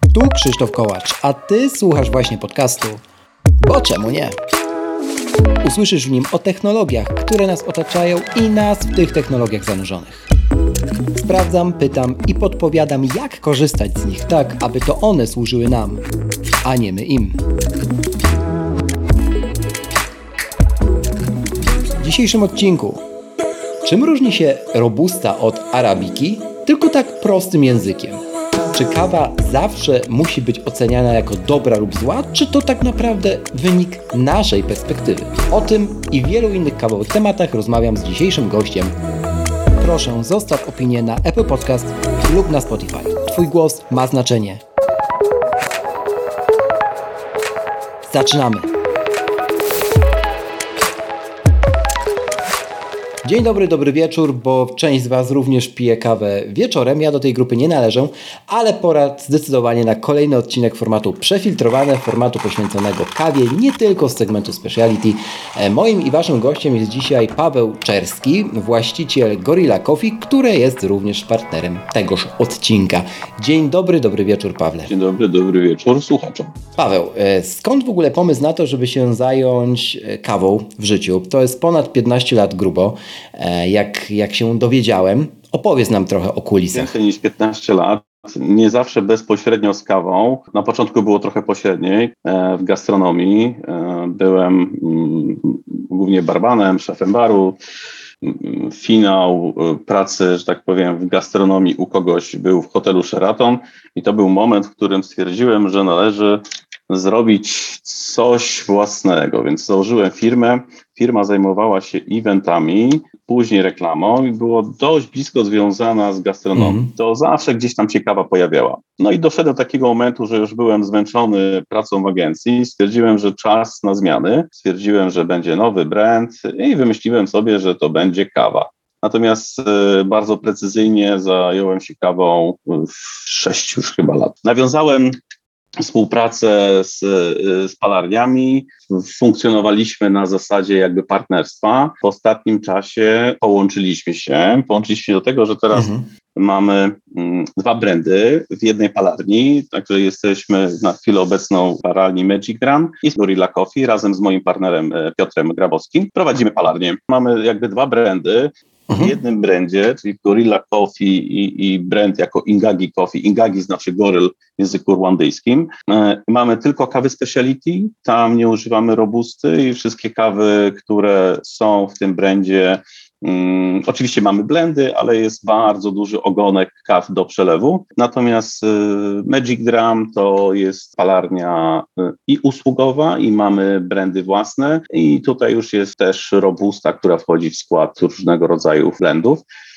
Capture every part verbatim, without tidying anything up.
Tu Krzysztof Kołacz, a Ty słuchasz właśnie podcastu Bo czemu nie? Usłyszysz w nim o technologiach, które nas otaczają i nas w tych technologiach zanurzonych. Sprawdzam, pytam i podpowiadam, jak korzystać z nich tak, aby to one służyły nam, a nie my im. W dzisiejszym odcinku: czym różni się Robusta od Arabiki? Tylko tak prostym językiem. Czy kawa zawsze musi być oceniana jako dobra lub zła, czy to tak naprawdę wynik naszej perspektywy? O tym i wielu innych kawowych tematach rozmawiam z dzisiejszym gościem. Proszę, zostaw opinię na Apple Podcast lub na Spotify. Twój głos ma znaczenie. Zaczynamy! Dzień dobry, dobry wieczór, bo część z Was również pije kawę wieczorem. Ja do tej grupy nie należę, ale pora zdecydowanie na kolejny odcinek formatu Przefiltrowane, formatu poświęconego kawie, nie tylko z segmentu Speciality. Moim i Waszym gościem jest dzisiaj Paweł Czerski, właściciel Gorilla Coffee, które jest również partnerem tegoż odcinka. Dzień dobry, dobry wieczór, Pawle. Dzień dobry, dobry wieczór słuchaczom. Paweł, skąd w ogóle pomysł na to, żeby się zająć kawą w życiu? To jest ponad piętnaście lat grubo. Jak, jak się dowiedziałem. Opowiedz nam trochę o kulisach. Więcej niż piętnaście lat. Nie zawsze bezpośrednio z kawą. Na początku było trochę pośredniej w gastronomii. Byłem głównie barmanem, szefem baru. Finał pracy, że tak powiem, w gastronomii u kogoś był w hotelu Sheraton i to był moment, w którym stwierdziłem, że należy zrobić coś własnego, więc założyłem firmę. Firma zajmowała się eventami, później reklamą i było dość blisko związana z gastronomią. Mm. To zawsze gdzieś tam się kawa pojawiała. No i doszedłem do takiego momentu, że już byłem zmęczony pracą w agencji. Stwierdziłem, że czas na zmiany. Stwierdziłem, że będzie nowy brand i wymyśliłem sobie, że to będzie kawa. Natomiast y, bardzo precyzyjnie zająłem się kawą w sześć już chyba lat. Nawiązałem współpracę z, z palarniami, funkcjonowaliśmy na zasadzie jakby partnerstwa. W ostatnim czasie połączyliśmy się, połączyliśmy się do tego, że teraz mhm. mamy mm, dwa brandy w jednej palarni, także jesteśmy na chwilę obecną w palarni Magic Gram i Gorilla Coffee razem z moim partnerem Piotrem Grabowskim. Prowadzimy palarnię. Mamy jakby dwa brandy. W jednym brandzie, czyli Gorilla Coffee i, i brand jako Ingagi Coffee. Ingagi znaczy goryl w języku rwandyjskim. E, mamy tylko kawy speciality, tam nie używamy robusty i wszystkie kawy, które są w tym brandzie. Um, oczywiście mamy blendy, ale jest bardzo duży ogonek kaw do przelewu. Natomiast y, Magic Drum to jest palarnia y, i usługowa i mamy brandy własne i tutaj już jest też robusta, która wchodzi w skład różnego rodzaju blendów.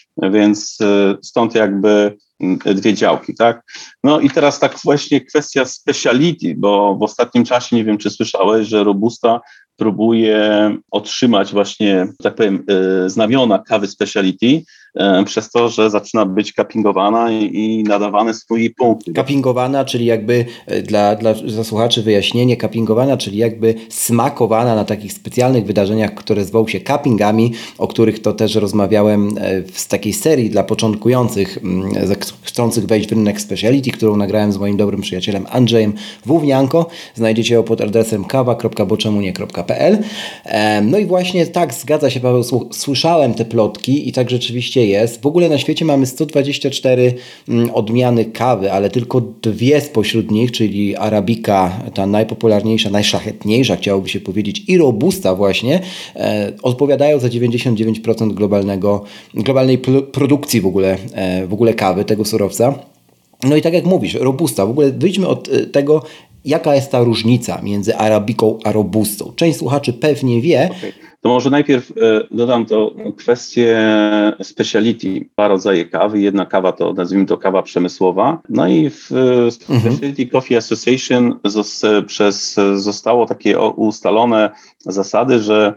Więc y, stąd jakby y, dwie działki, tak? No i teraz tak właśnie kwestia speciality, bo w ostatnim czasie, nie wiem czy słyszałeś, że robusta próbuje otrzymać właśnie, tak powiem, y, znamiona kawy speciality y, przez to, że zaczyna być cuppingowana i, i nadawane swoje punkty. Cuppingowana, czyli jakby dla, dla słuchaczy wyjaśnienie, cuppingowana, czyli jakby smakowana na takich specjalnych wydarzeniach, które zwą się cuppingami, o których to też rozmawiałem w takiej serii dla początkujących, chcących wejść w rynek speciality, którą nagrałem z moim dobrym przyjacielem Andrzejem Wównianko. Znajdziecie ją pod adresem kawa kropka bo czemu nie kropka pe el. No i właśnie tak, zgadza się, Paweł, słyszałem te plotki i tak rzeczywiście jest. W ogóle na świecie mamy sto dwadzieścia cztery odmiany kawy, ale tylko dwie spośród nich, czyli Arabika, ta najpopularniejsza, najszlachetniejsza, chciałoby się powiedzieć, i Robusta właśnie, odpowiadają za dziewięćdziesiąt dziewięć procent globalnego, globalnej produkcji w ogóle, w ogóle kawy, tego surowca. No i tak jak mówisz, Robusta, w ogóle wyjdźmy od tego, jaka jest ta różnica między Arabiką a Robustą. Część słuchaczy pewnie wie. Okay. To może najpierw e, dodam to kwestię speciality. Dwa rodzaje kawy. Jedna kawa to, nazwijmy to, kawa przemysłowa. No i w Specialty mhm. Coffee Association zos, przez, zostało takie ustalone zasady, że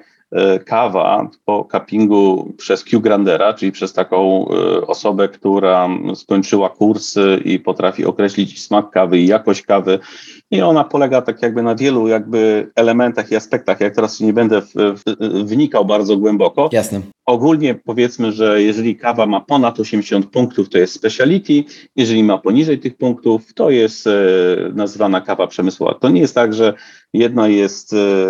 kawa po cuppingu przez Q Grandera, czyli przez taką osobę, która skończyła kursy i potrafi określić smak kawy i jakość kawy. I ona polega tak jakby na wielu jakby elementach i aspektach. Jak teraz nie będę w, w, wnikał bardzo głęboko. Jasne. ogólnie powiedzmy, że jeżeli kawa ma ponad osiemdziesiąt punktów, to jest speciality, jeżeli ma poniżej tych punktów, to jest e, nazywana kawa przemysłowa. To nie jest tak, że jedna jest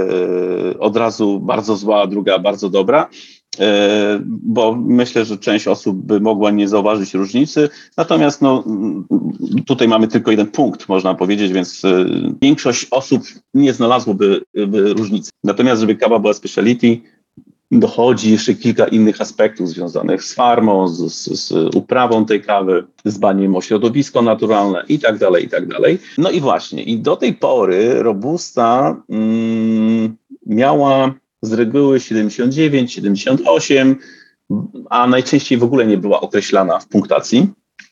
e, od razu bardzo zła, a druga bardzo dobra, e, bo myślę, że część osób by mogła nie zauważyć różnicy, natomiast no, tutaj mamy tylko jeden punkt, można powiedzieć, więc e, większość osób nie znalazłoby by różnicy. Natomiast żeby kawa była speciality, dochodzi jeszcze kilka innych aspektów związanych z farmą, z, z, z uprawą tej kawy, z dbaniem o środowisko naturalne i tak dalej, i tak dalej. No i właśnie, i do tej pory Robusta mm, miała z reguły siedemdziesiąt dziewięć, siedemdziesiąt osiem, a najczęściej w ogóle nie była określana w punktacji.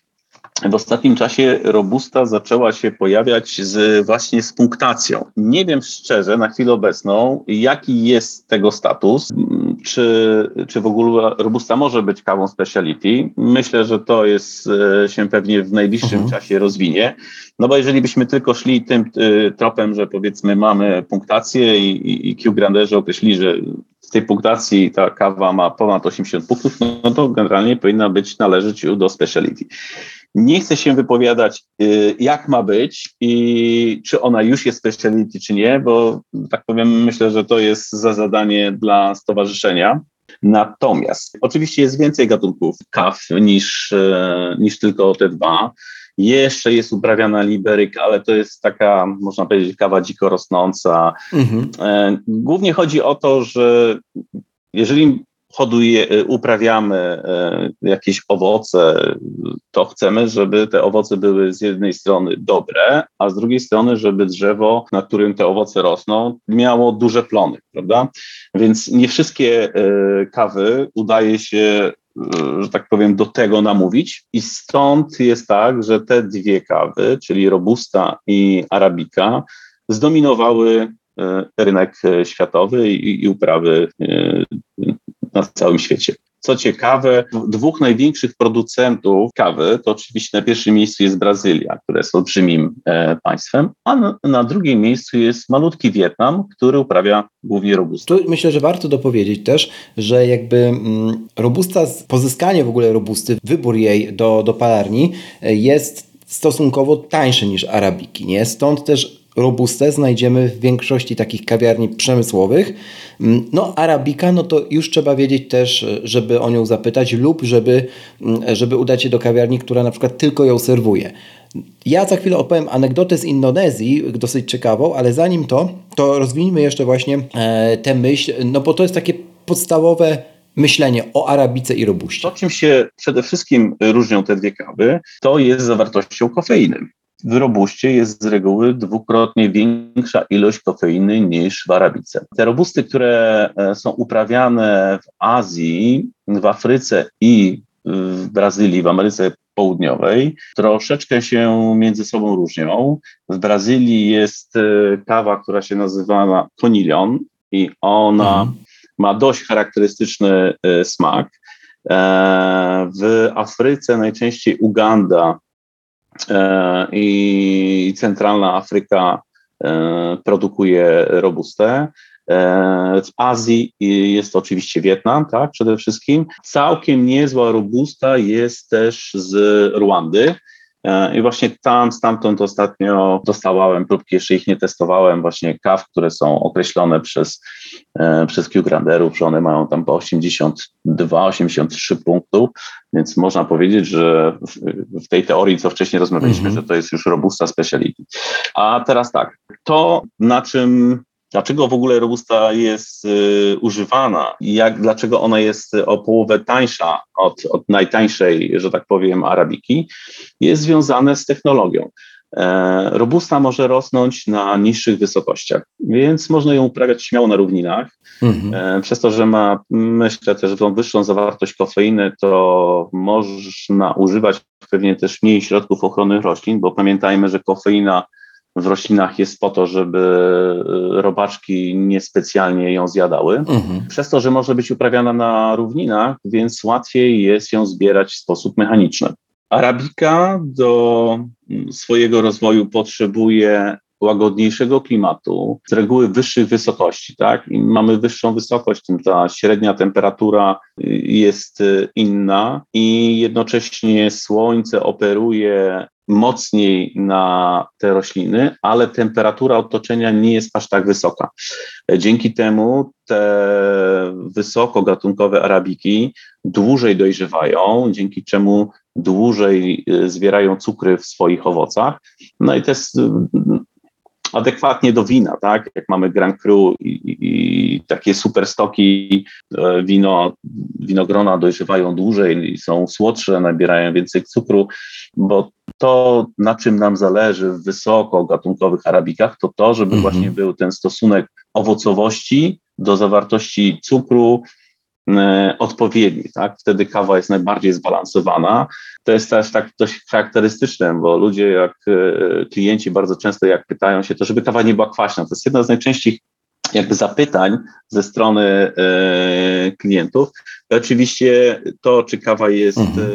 W ostatnim czasie Robusta zaczęła się pojawiać z, właśnie z punktacją. Nie wiem szczerze na chwilę obecną, jaki jest tego status, czy, czy w ogóle Robusta może być kawą speciality. Myślę, że to jest się pewnie w najbliższym mhm. czasie rozwinie. No bo jeżeli byśmy tylko szli tym y, tropem, że powiedzmy mamy punktację i, i, i Q Granderzy określili, że z tej punktacji ta kawa ma ponad osiemdziesiąt punktów, no, no to generalnie powinna być należeć do speciality. Nie chcę się wypowiadać, y, jak ma być i czy ona już jest speciality, czy nie, bo tak powiem, myślę, że to jest za zadanie dla stowarzyszenia. Natomiast oczywiście jest więcej gatunków kaw niż, y, niż tylko te dwa. Jeszcze jest uprawiana liberyka, ale to jest taka, można powiedzieć, kawa dziko rosnąca. Mhm. E, głównie chodzi o to, że jeżeli hoduje, uprawiamy e, jakieś owoce, to chcemy, żeby te owoce były z jednej strony dobre, a z drugiej strony, żeby drzewo, na którym te owoce rosną, miało duże plony, prawda? Więc nie wszystkie e, kawy udaje się, że tak powiem, do tego namówić i stąd jest tak, że te dwie kawy, czyli Robusta i Arabika, zdominowały rynek światowy i, i uprawy na całym świecie. Co ciekawe, dwóch największych producentów kawy, to oczywiście na pierwszym miejscu jest Brazylia, która jest olbrzymim e, państwem, a na, na drugim miejscu jest malutki Wietnam, który uprawia głównie robustę. Tu myślę, że warto dopowiedzieć też, że jakby mm, robusta, pozyskanie w ogóle robusty, wybór jej do, do palarni jest stosunkowo tańszy niż arabiki, nie? Stąd też robustę znajdziemy w większości takich kawiarni przemysłowych. No arabika, no to już trzeba wiedzieć też, żeby o nią zapytać lub żeby, żeby udać się do kawiarni, która na przykład tylko ją serwuje. Ja za chwilę opowiem anegdotę z Indonezji, dosyć ciekawą, ale zanim to, to rozwijmy jeszcze właśnie e, tę myśl, no bo to jest takie podstawowe myślenie o arabice i robuście. To, czym się przede wszystkim różnią te dwie kawy, to jest zawartością kofeiny. W robuście jest z reguły dwukrotnie większa ilość kofeiny niż w arabice. Te robusty, które są uprawiane w Azji, w Afryce i w Brazylii, w Ameryce Południowej, troszeczkę się między sobą różnią. W Brazylii jest kawa, która się nazywa Conilhão i ona mhm. ma dość charakterystyczny smak. W Afryce najczęściej Uganda i centralna Afryka produkuje robustę. W Azji jest to oczywiście Wietnam, tak, przede wszystkim. Całkiem niezła robusta jest też z Rwandy. I właśnie tam, stamtąd ostatnio dostawałem próbki, jeszcze ich nie testowałem, właśnie kaw, które są określone przez, e, przez Q Granderów, że one mają tam po osiemdziesiąt dwa osiemdziesiąt trzy punktów, więc można powiedzieć, że w, w tej teorii, co wcześniej rozmawialiśmy, mm-hmm. że to jest już robusta speciality. A teraz tak, to na czym... Dlaczego w ogóle robusta jest y, używana i jak, dlaczego ona jest o połowę tańsza od, od najtańszej, że tak powiem, arabiki, jest związane z technologią. E, robusta może rosnąć na niższych wysokościach, więc można ją uprawiać śmiało na równinach. Mhm. E, przez to, że ma, myślę też, tą wyższą zawartość kofeiny, to można używać pewnie też mniej środków ochrony roślin, bo pamiętajmy, że kofeina w roślinach jest po to, żeby robaczki niespecjalnie ją zjadały. Mhm. Przez to, że może być uprawiana na równinach, więc łatwiej jest ją zbierać w sposób mechaniczny. Arabika do swojego rozwoju potrzebuje łagodniejszego klimatu, z reguły wyższych wysokości, tak? Im mamy wyższą wysokość, tym ta średnia temperatura jest inna i jednocześnie słońce operuje mocniej na te rośliny, ale temperatura otoczenia nie jest aż tak wysoka. Dzięki temu te wysokogatunkowe arabiki dłużej dojrzewają, dzięki czemu dłużej zbierają cukry w swoich owocach. No i to jest adekwatnie do wina, tak? Jak mamy Grand Cru i, i, i takie super stoki, wino, winogrona dojrzewają dłużej i są słodsze, nabierają więcej cukru, bo to, na czym nam zależy w wysokogatunkowych arabikach, to to, żeby mm-hmm. właśnie był ten stosunek owocowości do zawartości cukru e, odpowiedni, tak? Wtedy kawa jest najbardziej zbalansowana. To jest też tak dość charakterystyczne, bo ludzie, jak e, klienci bardzo często jak pytają się, to żeby kawa nie była kwaśna. To jest jedna z najczęściej jakby zapytań ze strony e, klientów. I oczywiście to, czy kawa jest mhm.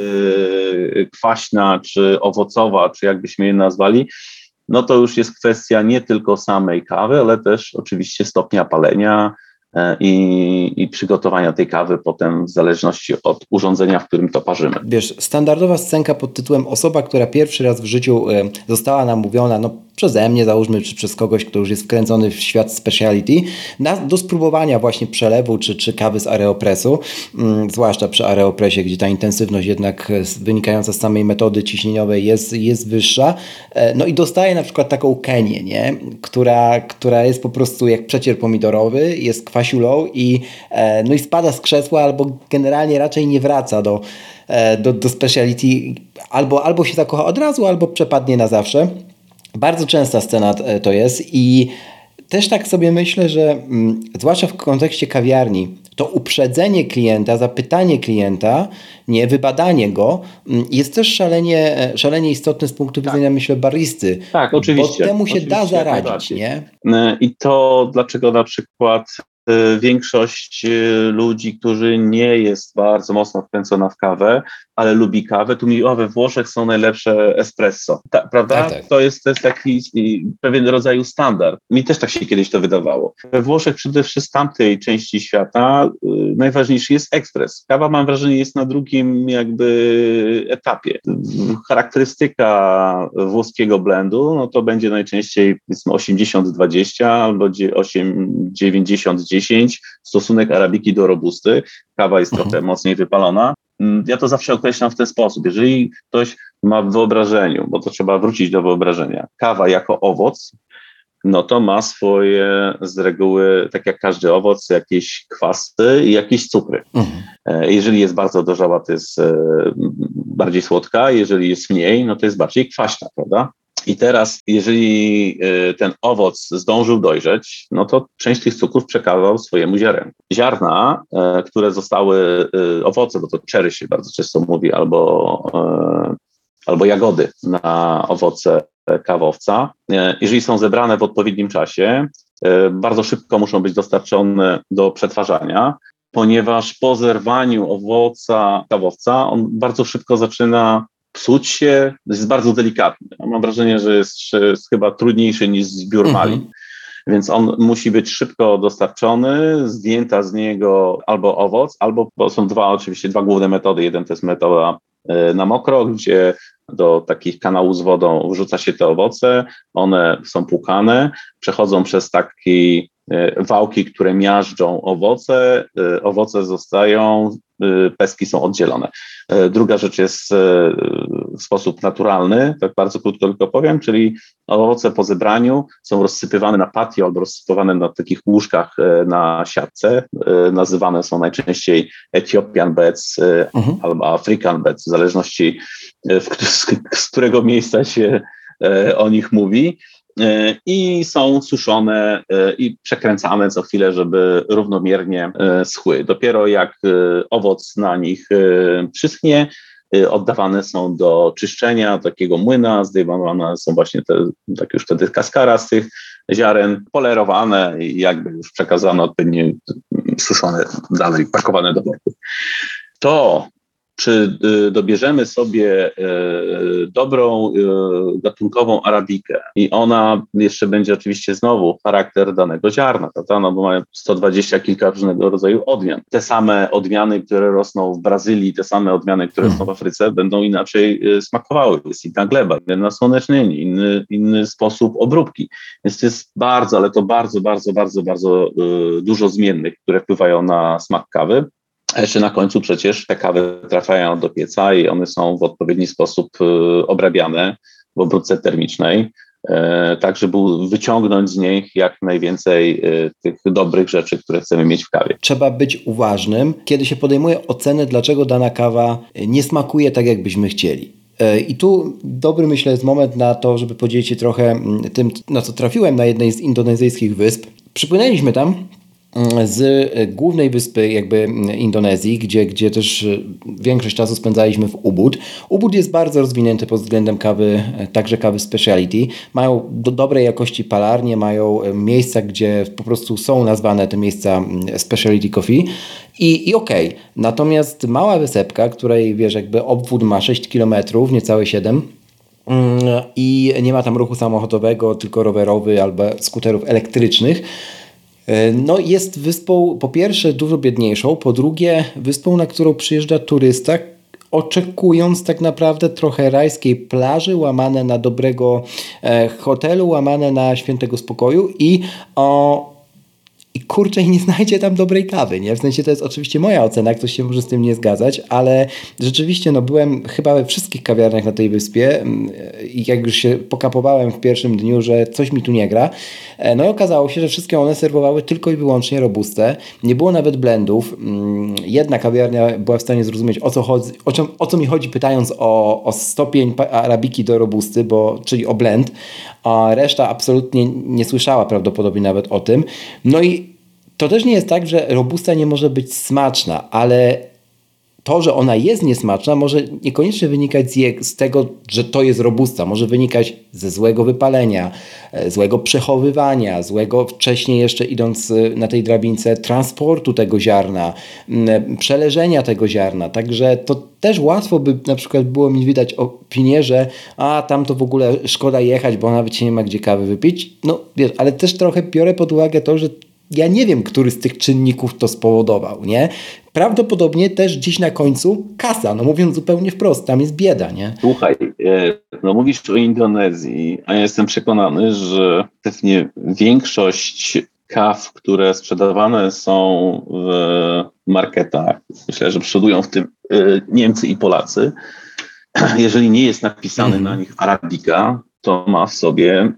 e, kwaśna, czy owocowa, czy jakbyśmy je nazwali, no to już jest kwestia nie tylko samej kawy, ale też oczywiście stopnia palenia e, i, i przygotowania tej kawy potem w zależności od urządzenia, w którym to parzymy. Wiesz, standardowa scenka pod tytułem osoba, która pierwszy raz w życiu e, została namówiona, no przeze mnie załóżmy, czy przez kogoś, kto już jest wkręcony w świat speciality, na, do spróbowania właśnie przelewu, czy, czy kawy z aeropresu, mm, zwłaszcza przy aeropresie, gdzie ta intensywność jednak wynikająca z samej metody ciśnieniowej jest, jest wyższa. E, no i dostaje na przykład taką Kenię, nie? Która, która jest po prostu jak przecier pomidorowy, jest kwasiulą i, e, no i spada z krzesła, albo generalnie raczej nie wraca do, e, do, do speciality. Albo, albo się zakocha od razu, albo przepadnie na zawsze. Bardzo częsta scena to jest i też tak sobie myślę, że mm, zwłaszcza w kontekście kawiarni, to uprzedzenie klienta, zapytanie klienta, nie wybadanie go, mm, jest też szalenie, szalenie istotne z punktu widzenia, tak. myślę, baristy. Tak, oczywiście. Bo temu się oczywiście, da zaradzić, nie? I to dlaczego na przykład większość ludzi, którzy nie jest bardzo mocno wkręcona w kawę, ale lubi kawę, tu mi o, we Włoszech są najlepsze espresso, Ta, prawda? Tak, tak. To jest, to jest taki pewien rodzaj standard. Mi też tak się kiedyś to wydawało. We Włoszech przede wszystkim z tamtej części świata y, najważniejszy jest ekspres. Kawa, mam wrażenie, jest na drugim jakby etapie. Charakterystyka włoskiego blendu, no to będzie najczęściej osiemdziesiąt dwadzieścia albo dziewięćdziesiąt dziesięć, stosunek arabiki do robusty. Kawa jest mhm. trochę mocniej wypalona. Ja to zawsze określam w ten sposób. Jeżeli ktoś ma w wyobrażeniu, bo to trzeba wrócić do wyobrażenia, kawa jako owoc, no to ma swoje z reguły, tak jak każdy owoc, jakieś kwasy i jakieś cukry. Mhm. Jeżeli jest bardzo dojrzała, to jest bardziej słodka, jeżeli jest mniej, no to jest bardziej kwaśna, prawda? I teraz, jeżeli ten owoc zdążył dojrzeć, no to część tych cukrów przekazał swojemu ziarenku. Ziarna, które zostały, owoce, bo to cherry się bardzo często mówi, albo, albo jagody na owoce kawowca, jeżeli są zebrane w odpowiednim czasie, bardzo szybko muszą być dostarczone do przetwarzania, ponieważ po zerwaniu owoca kawowca on bardzo szybko zaczyna psuć się, jest bardzo delikatny. Mam wrażenie, że jest, jest chyba trudniejszy niż zbiór mm-hmm. malin. Więc on musi być szybko dostarczony, zdjęta z niego albo owoc, albo, bo są dwa oczywiście, dwa główne metody. Jeden to jest metoda y, na mokro, gdzie do takich kanałów z wodą wrzuca się te owoce, one są płukane, przechodzą przez taki wałki, które miażdżą owoce, owoce zostają, pestki są oddzielone. Druga rzecz jest w sposób naturalny, tak bardzo krótko tylko powiem, czyli owoce po zebraniu są rozsypywane na patio albo rozsypywane na takich łóżkach na siatce. Nazywane są najczęściej Ethiopian beds uh-huh. albo African beds, w zależności z, z którego miejsca się o nich mówi. I są suszone i przekręcane co chwilę, żeby równomiernie schły. Dopiero jak owoc na nich przyschnie, oddawane są do czyszczenia, takiego młyna, zdejmowane są właśnie te, tak już wtedy kaskara z tych ziaren, polerowane i jakby już przekazane odpowiednio suszone dalej, pakowane do worków. To czy dobierzemy sobie dobrą gatunkową arabikę i ona jeszcze będzie oczywiście znowu charakter danego ziarna, prawda? No bo mają sto dwadzieścia kilka różnego rodzaju odmian. Te same odmiany, które rosną w Brazylii, te same odmiany, które rosną w Afryce, będą inaczej smakowały. Jest inna gleba, inne nasłonecznienie, inny, inny sposób obróbki. Więc to jest bardzo, ale to bardzo, bardzo, bardzo, bardzo dużo zmiennych, które wpływają na smak kawy. A jeszcze na końcu przecież te kawy trafiają do pieca i one są w odpowiedni sposób obrabiane w obróbce termicznej, tak żeby wyciągnąć z nich jak najwięcej tych dobrych rzeczy, które chcemy mieć w kawie. Trzeba być uważnym, kiedy się podejmuje ocenę, dlaczego dana kawa nie smakuje tak, jak byśmy chcieli. I tu dobry, myślę, jest moment na to, żeby podzielić się trochę tym, na co trafiłem na jednej z indonezyjskich wysp. Przypłynęliśmy tam z głównej wyspy jakby Indonezji, gdzie, gdzie też większość czasu spędzaliśmy w Ubud. Ubud jest bardzo rozwinięty pod względem kawy, także kawy speciality. Mają do dobrej jakości palarnie, mają miejsca, gdzie po prostu są nazwane te miejsca speciality coffee i, i okej. Okay. Natomiast mała wysepka, której wiesz, jakby obwód ma sześć kilometrów, niecałe siedem, i nie ma tam ruchu samochodowego, tylko rowerowy albo skuterów elektrycznych. No jest wyspą po pierwsze dużo biedniejszą, po drugie wyspą, na którą przyjeżdża turysta, oczekując tak naprawdę trochę rajskiej plaży, łamane na dobrego e, hotelu, łamane na świętego spokoju i o I kurczę, i nie znajdzie tam dobrej kawy, nie? W sensie to jest oczywiście moja ocena, ktoś się może z tym nie zgadzać, ale rzeczywiście no byłem chyba we wszystkich kawiarniach na tej wyspie i jak już się pokapowałem w pierwszym dniu, że coś mi tu nie gra, no i okazało się, że wszystkie one serwowały tylko i wyłącznie robustę. Nie było nawet blendów. Jedna kawiarnia była w stanie zrozumieć, o co, chodzi, o co, o co mi chodzi, pytając o, o stopień arabiki do robusty, bo, czyli o blend, a reszta absolutnie nie słyszała prawdopodobnie nawet o tym. No i to też nie jest tak, że robusta nie może być smaczna, ale to, że ona jest niesmaczna, może niekoniecznie wynikać z, je, z tego, że to jest robusta. Może wynikać ze złego wypalenia, złego przechowywania, złego wcześniej jeszcze idąc na tej drabince transportu tego ziarna, przeleżenia tego ziarna. Także to też łatwo by na przykład było mi wydać opinię, że a tam to w ogóle szkoda jechać, bo nawet się nie ma gdzie kawy wypić. No wiesz, ale też trochę biorę pod uwagę to, że ja nie wiem, który z tych czynników to spowodował, nie? Prawdopodobnie też gdzieś na końcu kasa, no mówiąc zupełnie wprost, tam jest bieda, nie? Słuchaj, no mówisz o Indonezji, a ja jestem przekonany, że pewnie większość kaw, które sprzedawane są w marketach, myślę, że przodują w tym Niemcy i Polacy, jeżeli nie jest napisany mm. na nich Arabica, to ma w sobie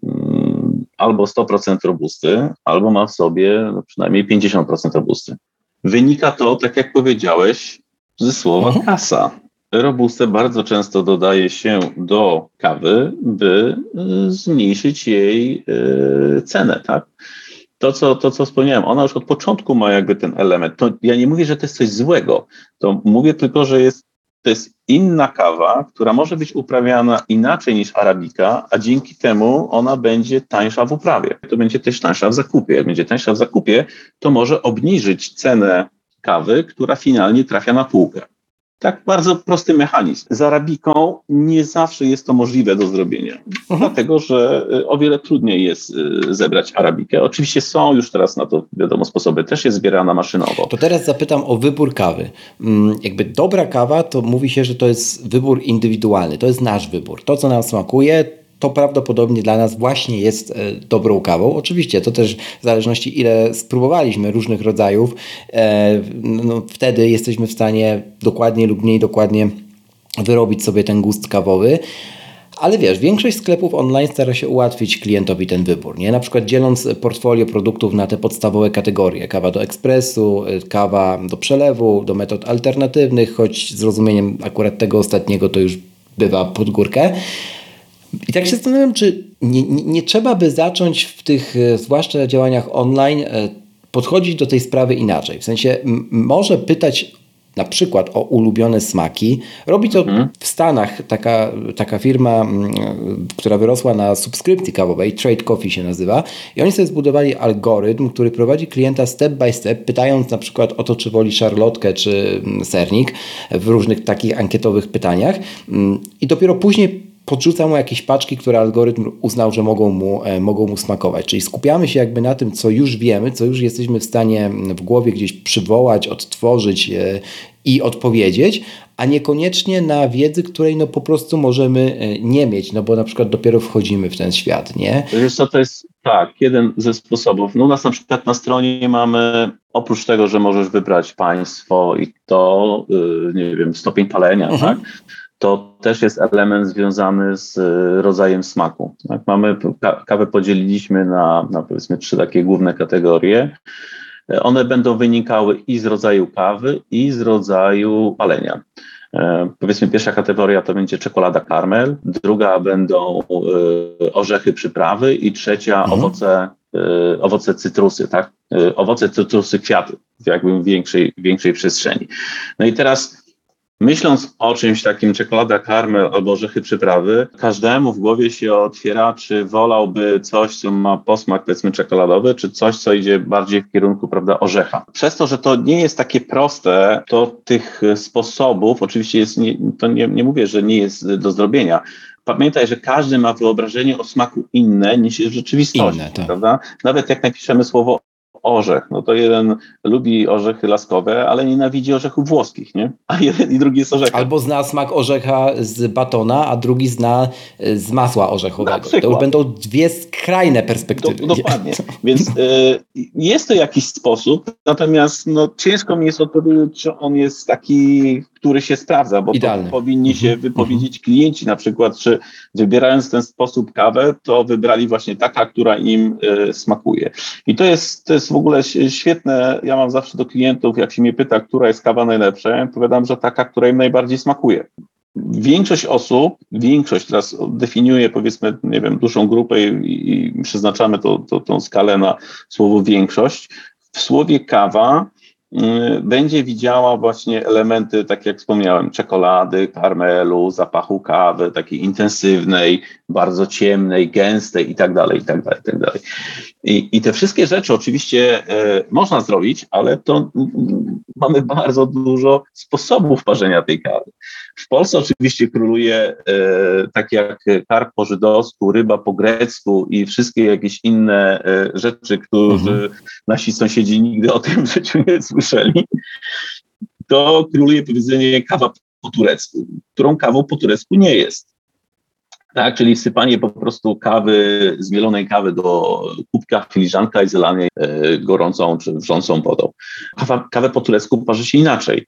albo sto procent robusty, albo ma w sobie no, przynajmniej pięćdziesiąt procent robusty. Wynika to, tak jak powiedziałeś, ze słowa mhm. kasa. Robustę bardzo często dodaje się do kawy, by y, zmniejszyć jej y, cenę, tak? To co, to, co wspomniałem, ona już od początku ma jakby ten element. To ja nie mówię, że to jest coś złego, to mówię tylko, że jest to jest inna kawa, która może być uprawiana inaczej niż arabika, a dzięki temu ona będzie tańsza w uprawie. To będzie też tańsza w zakupie. Jak będzie tańsza w zakupie, to może obniżyć cenę kawy, która finalnie trafia na półkę. Tak bardzo prosty mechanizm. Z arabiką nie zawsze jest to możliwe do zrobienia, mhm. dlatego że o wiele trudniej jest zebrać arabikę. Oczywiście są już teraz na to, wiadomo, sposoby, też jest zbierana maszynowo. To teraz zapytam o wybór kawy. Jakby dobra kawa, to mówi się, że to jest wybór indywidualny, to jest nasz wybór. To, co nam smakuje, to prawdopodobnie dla nas właśnie jest dobrą kawą. Oczywiście to też w zależności ile spróbowaliśmy różnych rodzajów, no, wtedy jesteśmy w stanie dokładnie lub mniej dokładnie wyrobić sobie ten gust kawowy. Ale wiesz, większość sklepów online stara się ułatwić klientowi ten wybór, nie? Na przykład dzieląc portfolio produktów na te podstawowe kategorie. Kawa do ekspresu, kawa do przelewu, do metod alternatywnych, choć z rozumieniem akurat tego ostatniego to już bywa pod górkę. I tak się zastanawiam, czy nie, nie, nie trzeba by zacząć w tych, zwłaszcza działaniach online, podchodzić do tej sprawy inaczej. W sensie m- może pytać na przykład o ulubione smaki. Robi to mhm. w Stanach taka, taka firma, która wyrosła na subskrypcji kawowej, Trade Coffee się nazywa, i oni sobie zbudowali algorytm, który prowadzi klienta step by step, pytając na przykład o to, czy woli szarlotkę, czy sernik w różnych takich ankietowych pytaniach, i dopiero później podrzuca mu jakieś paczki, które algorytm uznał, że mogą mu, e, mogą mu smakować. Czyli skupiamy się jakby na tym, co już wiemy, co już jesteśmy w stanie w głowie gdzieś przywołać, odtworzyć e, i odpowiedzieć, a niekoniecznie na wiedzy, której no po prostu możemy e, nie mieć, no bo na przykład dopiero wchodzimy w ten świat, nie? Wiesz co, to jest tak, jeden ze sposobów. No u nas na przykład na stronie mamy, oprócz tego, że możesz wybrać państwo i to, yy, nie wiem, stopień palenia, mhm. tak? To też jest element związany z rodzajem smaku. Tak, mamy, kawę podzieliliśmy na, na powiedzmy trzy takie główne kategorie. One będą wynikały i z rodzaju kawy, i z rodzaju palenia. E, powiedzmy pierwsza kategoria to będzie czekolada karmel, druga będą e, orzechy przyprawy i trzecia mhm. owoce, e, owoce cytrusy, tak? E, owoce cytrusy kwiaty w jakby większej, większej przestrzeni. No i teraz myśląc o czymś takim, czekolada karmel albo orzechy przyprawy, każdemu w głowie się otwiera, czy wolałby coś, co ma posmak, powiedzmy, czekoladowy, czy coś, co idzie bardziej w kierunku, prawda, orzecha. Przez to, że to nie jest takie proste, to tych sposobów, oczywiście jest, nie, to nie, nie mówię, że nie jest do zrobienia. Pamiętaj, że każdy ma wyobrażenie o smaku inne niż jest w rzeczywistości, inne, tak. prawda? Nawet jak napiszemy słowo orzech, no to jeden lubi orzechy laskowe, ale nienawidzi orzechów włoskich, nie? A jeden i drugi jest orzechem. Albo zna smak orzecha z batona, a drugi zna z masła orzechowego. To już będą dwie skrajne perspektywy. Do, dokładnie. Więc y, jest to jakiś sposób, natomiast no, ciężko mi jest odpowiedzieć, czy on jest taki, który się sprawdza, bo po, powinni się mm-hmm. wypowiedzieć klienci na przykład, czy wybierając w ten sposób kawę, to wybrali właśnie taka, która im y, smakuje. I to jest, to jest w ogóle świetne. Ja mam zawsze do klientów, jak się mnie pyta, która jest kawa najlepsza, ja powiadam, że taka, która im najbardziej smakuje. Większość osób, większość teraz definiuje, powiedzmy, nie wiem, dużą grupę i, i przeznaczamy to, to, tą skalę na słowo większość. W słowie kawa będzie widziała właśnie elementy, tak jak wspomniałem, czekolady, karmelu, zapachu kawy, takiej intensywnej, bardzo ciemnej, gęstej i tak dalej, i tak dalej, i tak dalej. I, i te wszystkie rzeczy oczywiście e, można zrobić, ale to m, mamy bardzo dużo sposobów parzenia tej kawy. W Polsce oczywiście króluje e, tak jak karp po żydowsku, ryba po grecku i wszystkie jakieś inne e, rzeczy, którzy mhm. nasi sąsiedzi nigdy o tym w życiu nie słyszeli. To króluje powiedzenie kawa po turecku, którą kawą po turecku nie jest. Tak, czyli wsypanie po prostu kawy, zmielonej kawy do kubka, filiżanka i zalanie e, gorącą czy wrzącą wodą. Kawa, kawę po turecku parzy się inaczej.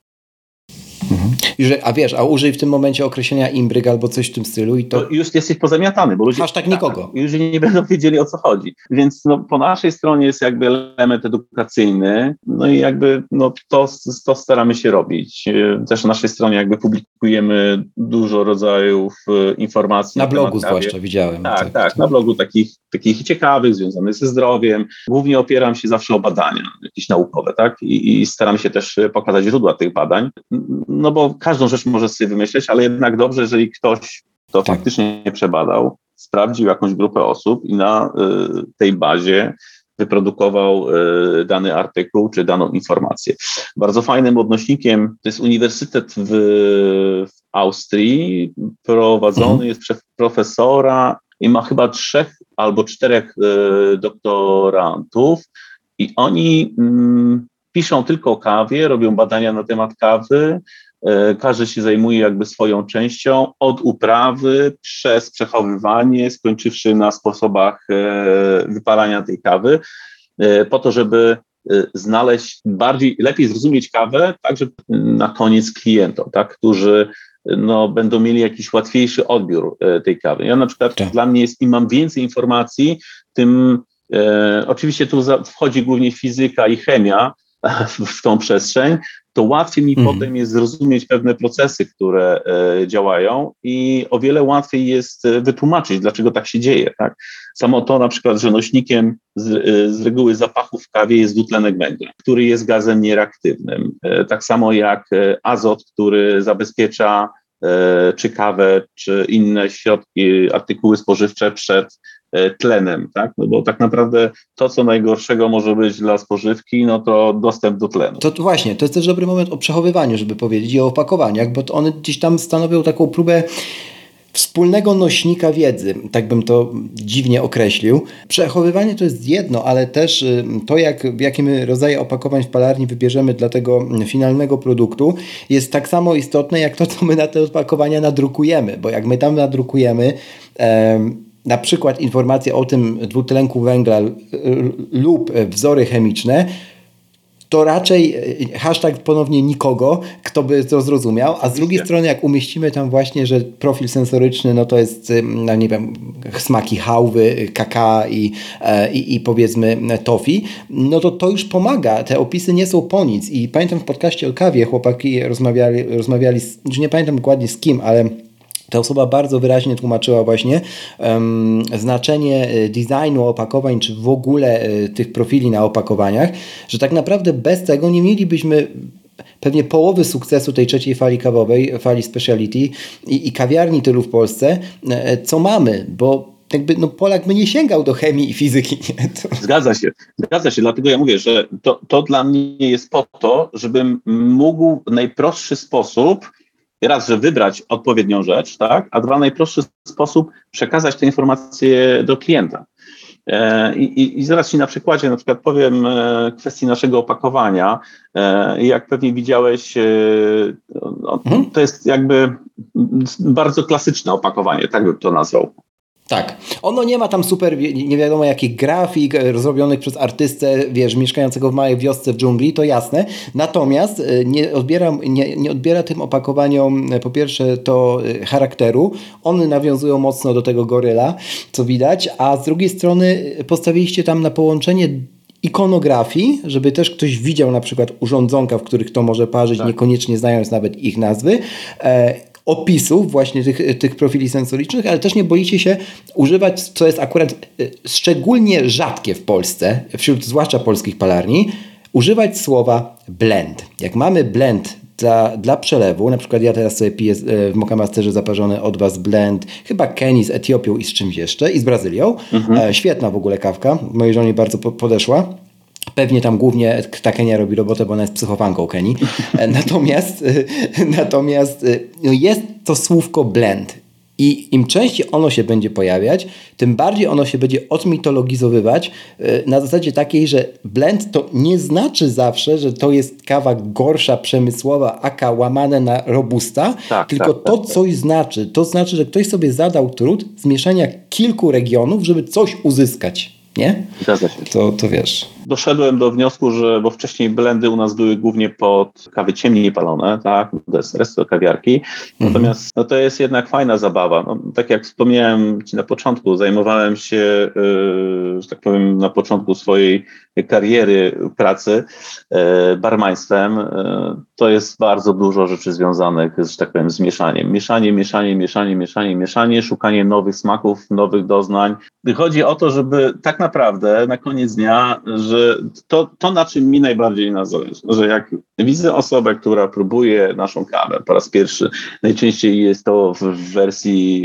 Mhm. A wiesz, a użyj w tym momencie określenia imbryk albo coś w tym stylu i to... to już jesteś pozamiatany, bo ludzie... Hashtag nikogo. Tak, już nie będą wiedzieli, o co chodzi. Więc no, po naszej stronie jest jakby element edukacyjny, no i jakby no, to, to staramy się robić. Też na naszej stronie jakby publikujemy dużo rodzajów informacji. Na, na blogu zwłaszcza widziałem. Tak, tak, tak, na blogu takich, takich ciekawych, związanych ze zdrowiem. Głównie opieram się zawsze o badania, jakieś naukowe, tak? I, i staram się też pokazać źródła tych badań. No bo każdą rzecz może sobie wymyśleć, ale jednak dobrze, jeżeli ktoś to tak. faktycznie przebadał, sprawdził jakąś grupę osób i na y, tej bazie wyprodukował y, dany artykuł czy daną informację. Bardzo fajnym odnośnikiem to jest uniwersytet w, w Austrii, prowadzony mhm. jest przez profesora i ma chyba trzech albo czterech y, doktorantów i oni y, piszą tylko o kawie, robią badania na temat kawy, każdy się zajmuje jakby swoją częścią, od uprawy przez przechowywanie, skończywszy na sposobach wypalania tej kawy, po to, żeby znaleźć bardziej, lepiej zrozumieć kawę, tak, żeby na koniec klientom, tak, którzy no, będą mieli jakiś łatwiejszy odbiór tej kawy. Ja na przykład tak. dla mnie jest, im mam więcej informacji, tym e, oczywiście tu za, wchodzi głównie fizyka i chemia, w, w tą przestrzeń, to łatwiej mi mhm. potem jest zrozumieć pewne procesy, które e, działają i o wiele łatwiej jest wytłumaczyć, dlaczego tak się dzieje. Tak? Samo to na przykład, że nośnikiem z, z reguły zapachu w kawie jest dwutlenek węgla, który jest gazem niereaktywnym. E, tak samo jak azot, który zabezpiecza e, czy kawę, czy inne środki, artykuły spożywcze przed tlenem, tak? No bo tak naprawdę to, co najgorszego może być dla spożywki, no to dostęp do tlenu. To, to właśnie, to jest też dobry moment o przechowywaniu, żeby powiedzieć, i o opakowaniach, bo to one gdzieś tam stanowią taką próbę wspólnego nośnika wiedzy, tak bym to dziwnie określił. Przechowywanie to jest jedno, ale też to, jak, jakie my rodzaje opakowań w palarni wybierzemy dla tego finalnego produktu, jest tak samo istotne, jak to, co my na te opakowania nadrukujemy, bo jak my tam nadrukujemy em, na przykład informacje o tym dwutlenku węgla lub wzory chemiczne, to raczej hashtag ponownie nikogo, kto by to zrozumiał, a z drugiej strony jak umieścimy tam właśnie, że profil sensoryczny, no to jest, no nie wiem, smaki chałwy, kakao i, i, i powiedzmy tofi, no to to już pomaga, te opisy nie są po nic i pamiętam w podcaście o kawie chłopaki rozmawiali, rozmawiali z, już nie pamiętam dokładnie z kim, ale ta osoba bardzo wyraźnie tłumaczyła właśnie um, znaczenie designu opakowań, czy w ogóle y, tych profili na opakowaniach, że tak naprawdę bez tego nie mielibyśmy pewnie połowy sukcesu tej trzeciej fali kawowej, fali speciality i, i kawiarni tylu w Polsce, y, co mamy, bo jakby no Polak by nie sięgał do chemii i fizyki. Nie? To... Zgadza się, zgadza się, dlatego ja mówię, że to, to dla mnie jest po to, żebym mógł w najprostszy sposób raz, że wybrać odpowiednią rzecz, tak, a dwa, najprostszy sposób przekazać te informacje do klienta. E, i, I zaraz Ci na przykładzie na przykład powiem e, kwestii naszego opakowania. E, jak pewnie widziałeś, e, no, mhm. to jest jakby bardzo klasyczne opakowanie, tak bym to nazwał. Tak. Ono nie ma tam super, nie wiadomo jakich grafik zrobionych przez artystę, wiesz, mieszkającego w małej wiosce w dżungli, to jasne. Natomiast nie odbiera, nie, nie odbiera tym opakowaniom po pierwsze to charakteru. One nawiązują mocno do tego goryla, co widać, a z drugiej strony postawiliście tam na połączenie ikonografii, żeby też ktoś widział na przykład urządzonka, w których to może parzyć, tak. Niekoniecznie znając nawet ich nazwy. E, opisów właśnie tych, tych profili sensorycznych, ale też nie boicie się używać, co jest akurat szczególnie rzadkie w Polsce, wśród zwłaszcza polskich palarni, używać słowa blend. Jak mamy blend dla, dla przelewu, na przykład ja teraz sobie piję w Moccamasterze zaparzony od Was blend, chyba Kenii z Etiopią i z czymś jeszcze, i z Brazylią. Mhm. E, świetna w ogóle kawka, mojej żonie bardzo po, podeszła. Pewnie tam głównie ta Kenia robi robotę, bo ona jest psychofanką Kenii. Natomiast, natomiast jest to słówko blend. I im częściej ono się będzie pojawiać, tym bardziej ono się będzie odmitologizowywać na zasadzie takiej, że blend to nie znaczy zawsze, że to jest kawa gorsza, przemysłowa, aka łamane na robusta, tak, tylko tak, to tak, coś tak. znaczy. To znaczy, że ktoś sobie zadał trud zmieszania kilku regionów, żeby coś uzyskać. Nie? Zgadza się. To, to wiesz. Doszedłem do wniosku, że bo wcześniej blendy u nas były głównie pod kawy ciemniej palone, tak, deseresto, kawiarki. Natomiast no, to jest jednak fajna zabawa. No, tak jak wspomniałem Ci na początku, zajmowałem się, yy, że tak powiem, na początku swojej kariery pracy yy, barmaństwem. Yy, to jest bardzo dużo rzeczy związanych, że tak powiem, z mieszaniem. Mieszanie, mieszanie, mieszanie, mieszanie, mieszanie, szukanie nowych smaków, nowych doznań. Chodzi o to, żeby tak naprawdę na koniec dnia, że to, to na czym mi najbardziej na zależy, że jak widzę osobę, która próbuje naszą kawę po raz pierwszy, najczęściej jest to w wersji,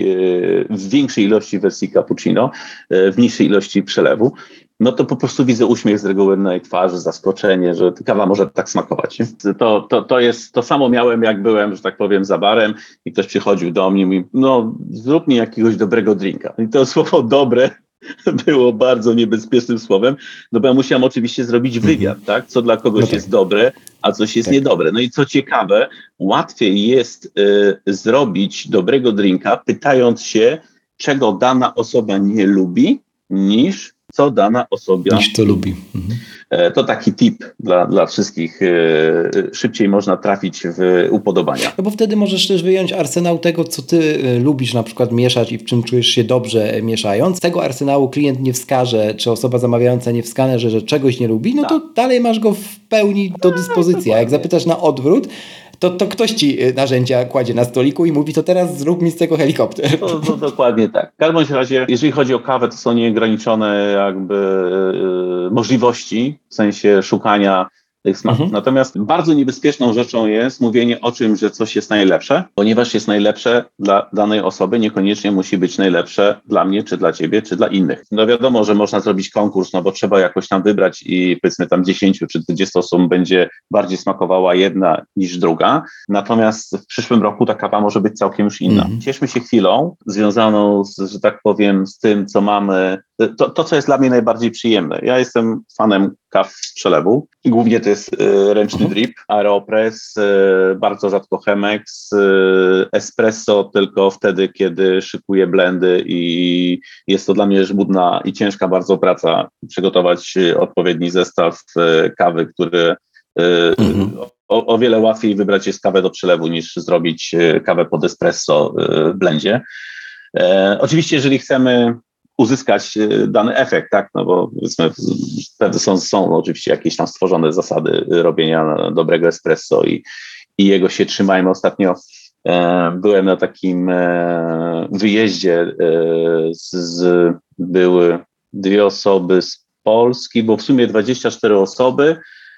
w większej ilości wersji cappuccino, w mniejszej ilości przelewu, no to po prostu widzę uśmiech z reguły na jej twarzy, zaskoczenie, że kawa może tak smakować. To, to, to jest, to samo miałem, jak byłem, że tak powiem, za barem i ktoś przychodził do mnie i mówi, no zrób mi jakiegoś dobrego drinka. I to słowo dobre było bardzo niebezpiecznym słowem, no bo ja musiałem oczywiście zrobić wywiad, tak? Co dla kogoś no tak. jest dobre, a coś jest tak. niedobre. No i co ciekawe, łatwiej jest y, zrobić dobrego drinka, pytając się, czego dana osoba nie lubi, niż co dana osoba niż to lubi. Mhm. To taki tip dla, dla wszystkich. Szybciej można trafić w upodobania. No bo wtedy możesz też wyjąć arsenał tego, co ty lubisz na przykład mieszać i w czym czujesz się dobrze mieszając. Z tego arsenału klient nie wskaże, czy osoba zamawiająca nie wskaże, że, że czegoś nie lubi, no to tak. dalej masz go w pełni do dyspozycji. A jak zapytasz na odwrót, To, to ktoś ci narzędzia kładzie na stoliku i mówi, to teraz zrób mi z tego helikopter. To, to dokładnie tak. W każdym razie, jeżeli chodzi o kawę, to są nieograniczone jakby yy, możliwości, w sensie szukania tych smaków. Mhm. Natomiast bardzo niebezpieczną rzeczą jest mówienie o czym, że coś jest najlepsze, ponieważ jest najlepsze dla danej osoby, niekoniecznie musi być najlepsze dla mnie, czy dla ciebie, czy dla innych. No wiadomo, że można zrobić konkurs, no bo trzeba jakoś tam wybrać i powiedzmy tam dziesięć czy dwadzieścia osób będzie bardziej smakowała jedna niż druga. Natomiast w przyszłym roku ta kawa może być całkiem już inna. Mhm. Cieszmy się chwilą związaną, z, że tak powiem, z tym, co mamy. To, to, co jest dla mnie najbardziej przyjemne. Ja jestem fanem kaw z przelewu. Głównie to jest y, ręczny drip, Aeropress, y, bardzo rzadko Chemex, y, espresso tylko wtedy, kiedy szykuję blendy i jest to dla mnie żmudna i ciężka bardzo praca przygotować odpowiedni zestaw y, kawy, który y, mhm. o, o wiele łatwiej wybrać jest kawę do przelewu niż zrobić y, kawę pod espresso y, w blendzie. E, oczywiście, jeżeli chcemy uzyskać dany efekt, tak, no bo powiedzmy, są, są oczywiście jakieś tam stworzone zasady robienia dobrego espresso i, i jego się trzymajmy. Ostatnio e, byłem na takim e, wyjeździe, e, z, z, były dwie osoby z Polski, bo w sumie dwadzieścia cztery osoby,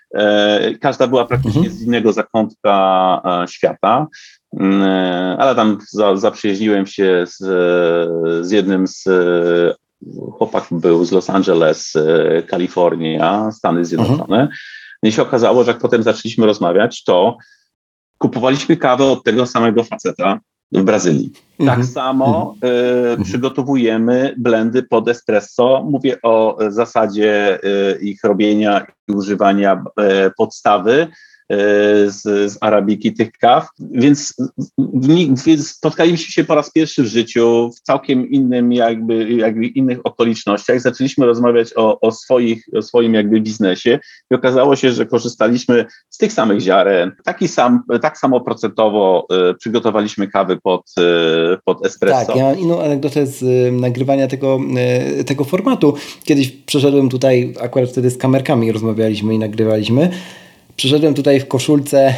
e, każda była praktycznie mhm. z innego zakątka e, świata. Ale tam za, zaprzyjaźniłem się z, z jednym z chłopak był z Los Angeles, Kalifornia, Stany Zjednoczone. Uh-huh. I się okazało, że jak potem zaczęliśmy rozmawiać, to kupowaliśmy kawę od tego samego faceta w Brazylii. Uh-huh. Tak samo uh-huh. y, przygotowujemy blendy pod espresso. Mówię o zasadzie y, ich robienia i używania y, podstawy Z, z arabiki tych kaw, więc, więc spotkaliśmy się po raz pierwszy w życiu w całkiem innym jakby, jakby innych okolicznościach. Zaczęliśmy rozmawiać o, o, swoich, o swoim jakby biznesie i okazało się, że korzystaliśmy z tych samych ziaren, taki sam, tak samo procentowo y, przygotowaliśmy kawy pod, y, pod espresso. Tak, ja mam inną anegdotę z y, nagrywania tego, y, tego formatu. Kiedyś przeszedłem tutaj, akurat wtedy z kamerkami rozmawialiśmy i nagrywaliśmy. Przyszedłem tutaj w koszulce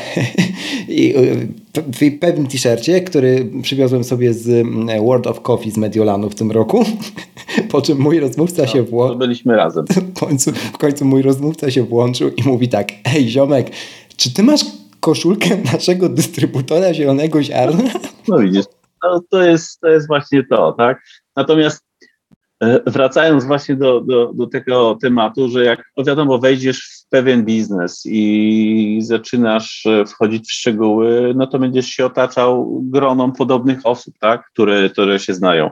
i w pewnym t-shircie, który przywiozłem sobie z World of Coffee z Mediolanu w tym roku, po czym mój rozmówca no, się włączył. Byliśmy razem. W końcu, w końcu mój rozmówca się włączył i mówi tak: ej ziomek, czy ty masz koszulkę naszego dystrybutora zielonego ziarna? No widzisz, no, to, jest, to jest właśnie to, tak? Natomiast wracając właśnie do, do, do tego tematu, że jak no wiadomo, wejdziesz w pewien biznes i zaczynasz wchodzić w szczegóły, no to będziesz się otaczał groną podobnych osób, tak, które, które się znają.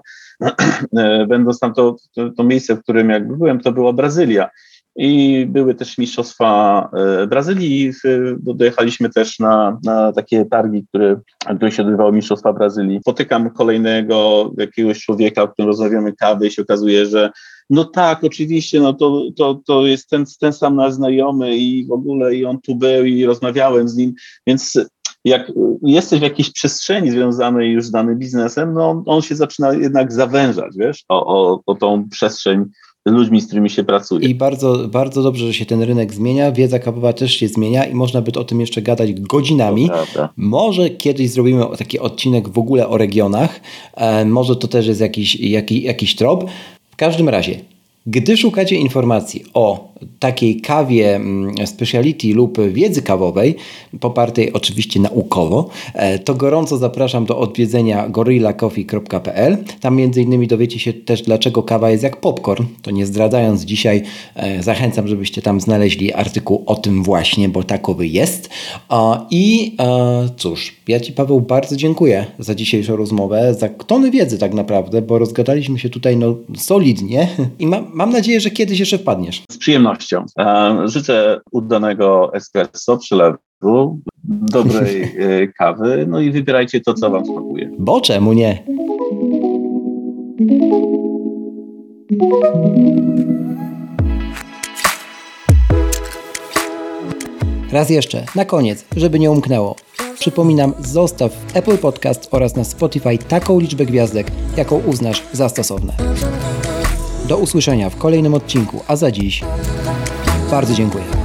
Będąc tam to, to, to miejsce, w którym jakby byłem, to była Brazylia. I były też mistrzostwa Brazylii. Dojechaliśmy też na, na takie targi, które, które się odbywały mistrzostwa Brazylii. Spotykam kolejnego jakiegoś człowieka, o którym rozmawiamy kawy i się okazuje, że no tak, oczywiście, no to, to, to jest ten, ten sam nasz znajomy i w ogóle i on tu był i rozmawiałem z nim, więc jak jesteś w jakiejś przestrzeni związanej już z danym biznesem, no on się zaczyna jednak zawężać, wiesz, o, o, o tą przestrzeń ludźmi, z którymi się pracuje. I bardzo, bardzo dobrze, że się ten rynek zmienia, wiedza kawowa też się zmienia i można by o tym jeszcze gadać godzinami. Może kiedyś zrobimy taki odcinek w ogóle o regionach, e, może to też jest jakiś, jakiś, jakiś trop. W każdym razie, gdy szukacie informacji o takiej kawie speciality lub wiedzy kawowej, popartej oczywiście naukowo, to gorąco zapraszam do odwiedzenia gorilla coffee kropka p l. Tam między innymi dowiecie się też, dlaczego kawa jest jak popcorn. To nie zdradzając dzisiaj, zachęcam, żebyście tam znaleźli artykuł o tym właśnie, bo takowy jest. I cóż, ja Ci, Paweł, bardzo dziękuję za dzisiejszą rozmowę, za tony wiedzy tak naprawdę, bo rozgadaliśmy się tutaj no, solidnie i ma, mam nadzieję, że kiedyś jeszcze wpadniesz. Z przyjemnością. Życzę udanego espresso, przylewu, dobrej kawy, no i wybierajcie to, co Wam smakuje. Bo czemu nie? Raz jeszcze, na koniec, żeby nie umknęło. Przypominam, zostaw w Apple Podcast oraz na Spotify taką liczbę gwiazdek, jaką uznasz za stosowne. Do usłyszenia w kolejnym odcinku, a za dziś bardzo dziękuję.